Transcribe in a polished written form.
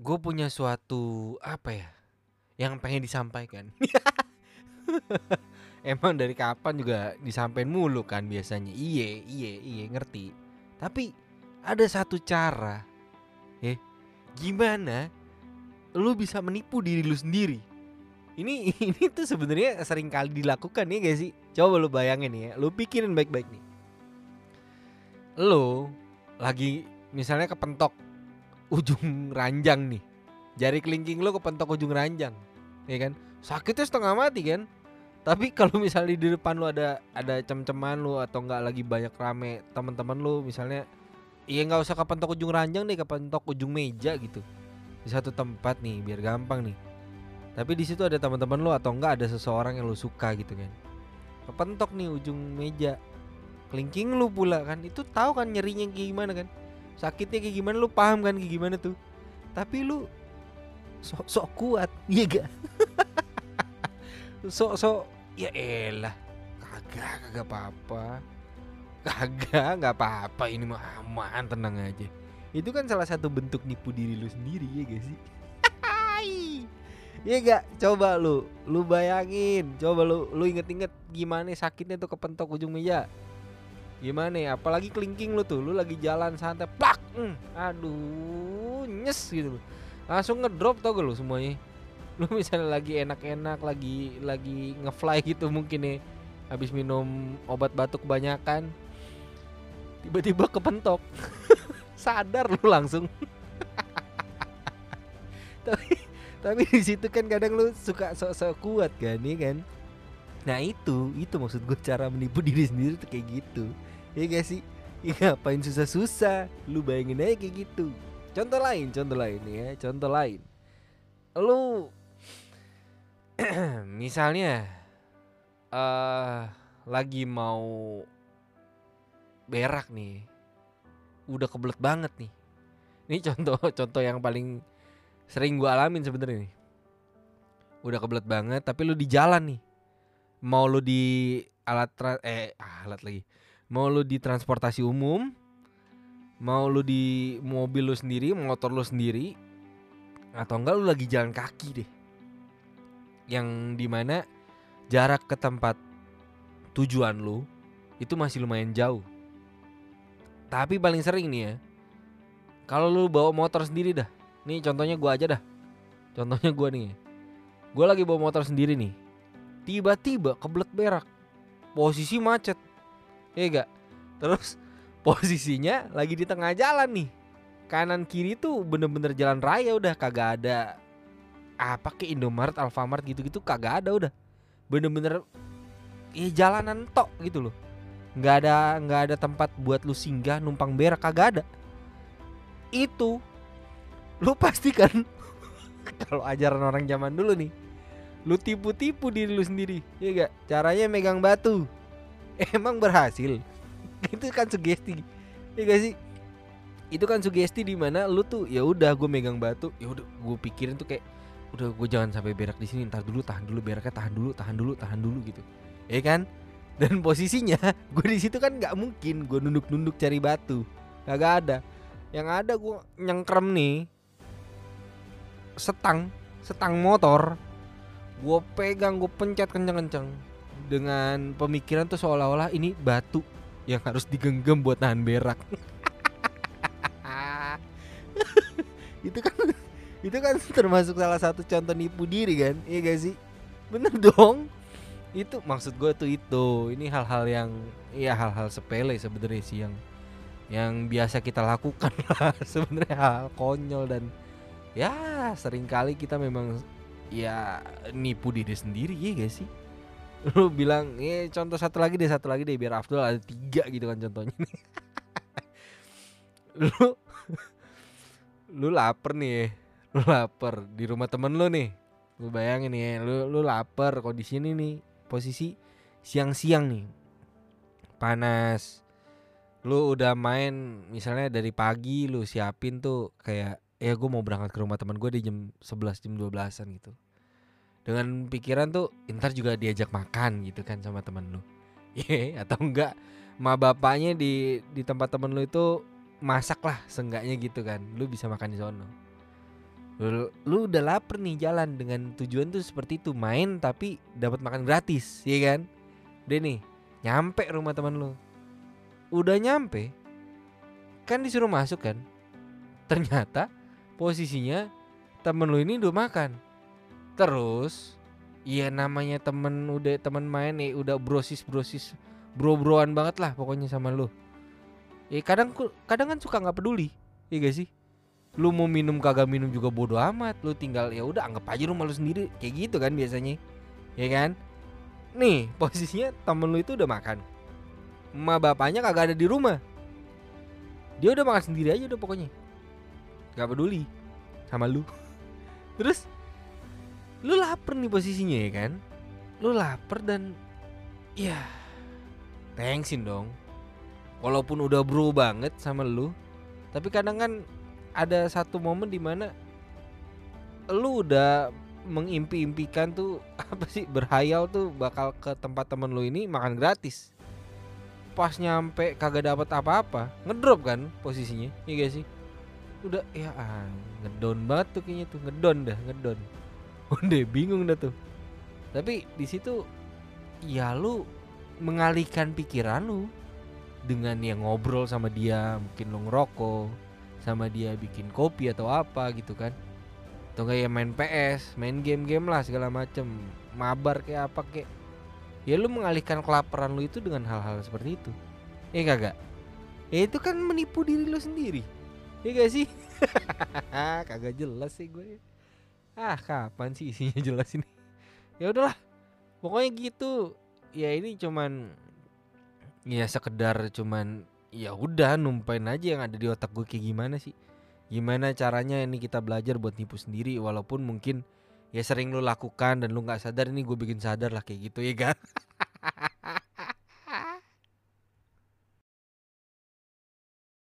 gue punya suatu apa ya yang pengen disampaikan. Emang dari kapan juga disampaikan mulu kan biasanya. Iye ngerti. Tapi ada satu cara, gimana lu bisa menipu diri lu sendiri. Ini ini tuh sebenarnya sering kali dilakukan ya gak sih? Coba lu bayangin ya, lu pikirin baik-baik nih. Lu lagi misalnya kepentok ujung ranjang nih. Jari kelingking lu kepentok ujung ranjang, ya kan? Sakitnya setengah mati kan? Tapi kalau misalnya di depan lu ada cem-ceman lu atau enggak lagi banyak rame teman-teman lu misalnya, iya nggak usah kepentok ujung ranjang deh, kepentok ujung meja gitu. Di satu tempat nih biar gampang nih. Tapi di situ ada teman-teman lu atau enggak ada seseorang yang lu suka gitu kan. Kepentok nih ujung meja. Kelingking lu pula kan. Itu tahu kan nyerinya kayak gimana kan. Sakitnya kayak gimana, lu paham kan kayak gimana tuh. Tapi lu sok kuat, iya gak? Sok ya elah. Kagak apa-apa. Nggak apa-apa, ini mah aman, tenang aja. Itu kan salah satu bentuk nipu diri lu sendiri, ya gak sih? Iya gak? Coba lu bayangin, coba lu inget-inget gimana sakitnya tuh kepentok ujung meja. Gimana ya? Apalagi kelingking lu tuh, lu lagi jalan santai, plak, aduh, nyes gitu, langsung ngedrop tau gak lu semuanya. Lu misalnya lagi enak-enak, lagi ngefly gitu mungkin ya, habis minum obat batuk kebanyakan, tiba-tiba kepentok, sadar lu langsung. tapi di situ kan kadang lu suka sok-sok kuat kan, ya kan? Nah itu maksud gue, cara menipu diri sendiri tuh kayak gitu, ya gak sih? Ya ngapain susah-susah, lu bayangin aja kayak gitu. Contoh lain ya, contoh lain. Lu misalnya lagi mau berak nih, udah kebelet banget nih. Ini contoh yang paling sering gue alamin sebenarnya nih. Udah kebelet banget tapi lu di jalan nih. Mau lu di alat lagi. Mau lu di transportasi umum, mau lu di mobil lu sendiri, motor lu sendiri, atau enggak lu lagi jalan kaki deh. Yang dimana jarak ke tempat tujuan lu itu masih lumayan jauh. Tapi paling sering nih ya, kalau lu bawa motor sendiri dah. Nih contohnya gue aja dah. Contohnya gue nih. Gue lagi bawa motor sendiri nih. Tiba-tiba kebelet berak. Posisi macet. Iya gak? Terus posisinya lagi di tengah jalan nih. Kanan kiri tuh bener-bener jalan raya, udah kagak ada apa ke Indomaret, Alfamart gitu-gitu, kagak ada udah. Bener-bener jalanan tok gitu loh. Nggak ada tempat buat lu singgah numpang berak, kagak ada. Itu lu pasti kan kalau ajaran orang zaman dulu nih, lu tipu-tipu diri lu sendiri, ya gak? Caranya megang batu. Emang berhasil? Itu kan sugesti, ya gak sih? Itu kan sugesti di mana lu tuh ya udah gue megang batu, ya udah gue pikirin tuh kayak udah gue jangan sampai berak di sini, ntar dulu, tahan dulu beraknya, tahan dulu gitu, ya kan? Dan posisinya gue di situ kan nggak mungkin gue nunduk cari batu, kagak ada. Yang ada gue nyengkrem nih setang motor, gue pegang, gue pencet kenceng-kenceng dengan pemikiran tuh seolah-olah ini batu yang harus digenggam buat nahan berak. itu kan termasuk salah satu contoh nipu diri kan, iya gak sih? Bener dong. Itu maksud gue tuh itu. Ini hal-hal yang hal-hal sepele sebenarnya sih yang biasa kita lakukan lah. Sebenarnya hal konyol dan ya seringkali kita memang ya nipu diri sendiri, ya gak sih? Lu bilang contoh satu lagi deh biar Abdul ada 3 gitu kan contohnya nih. Lu lapar nih, lu lapar di rumah temen lu nih. Lu bayangin nih, lu lapar kondisi ini nih, posisi siang-siang nih, panas. Lu udah main misalnya dari pagi, lu siapin tuh kayak gue mau berangkat ke rumah teman gue di jam 11, jam 12-an gitu. Dengan pikiran tuh ntar juga diajak makan gitu kan sama temen lu. Atau enggak ma bapaknya di tempat temen lu itu masak lah seenggaknya gitu kan, lu bisa makan di sono. Lu udah lapar nih, jalan dengan tujuan tuh seperti itu, main tapi dapat makan gratis, ya kan? Udah nih, nyampe rumah teman lu. Udah nyampe, kan disuruh masuk kan? Ternyata posisinya temen lu ini udah makan. Terus, iya namanya temen, udah temen main nih, udah brosis bro-broan banget lah pokoknya sama lu. Ya kadang kan suka nggak peduli, iya gak sih? Lu mau minum kagak minum juga bodo amat, lu tinggal ya udah anggap aja rumah lu sendiri, kayak gitu kan biasanya, ya kan? Nih posisinya temen lu itu udah makan, emak bapaknya kagak ada di rumah, dia udah makan sendiri aja udah pokoknya, nggak peduli sama lu. Terus lu lapar nih posisinya, ya kan? Lu lapar dan ya thanksin dong, walaupun udah bro banget sama lu, tapi kadang kan ada satu momen dimana lu udah mengimpi-impikan tuh apa sih, berhayal tuh bakal ke tempat temen lu ini makan gratis. Pas nyampe kagak dapat apa-apa, ngedrop kan posisinya, iya gak sih? Udah ya ngedon banget tuh kayaknya tuh, ngedon. Udah bingung dah tuh. Tapi di situ ya lu mengalihkan pikiran lu dengan yang ngobrol sama dia, mungkin lu ngerokok sama dia, bikin kopi atau apa gitu kan. Atau kayak main PS, main game-game lah segala macem, mabar kayak apa kayak. Ya lu mengalihkan kelaparan lu itu dengan hal-hal seperti itu. Kagak? Ya itu kan menipu diri lu sendiri. Ya gak sih? Kagak jelas sih gue. Kapan sih isinya jelas ini? Ya udahlah. Pokoknya gitu. Ya ini cuman ya sekedar cuman ya udah numpain aja yang ada di otak gue kayak gimana sih. Gimana caranya ini kita belajar buat nipu sendiri, walaupun mungkin ya sering lu lakukan dan lu nggak sadar, ini gue bikin sadar lah kayak gitu, ya kan?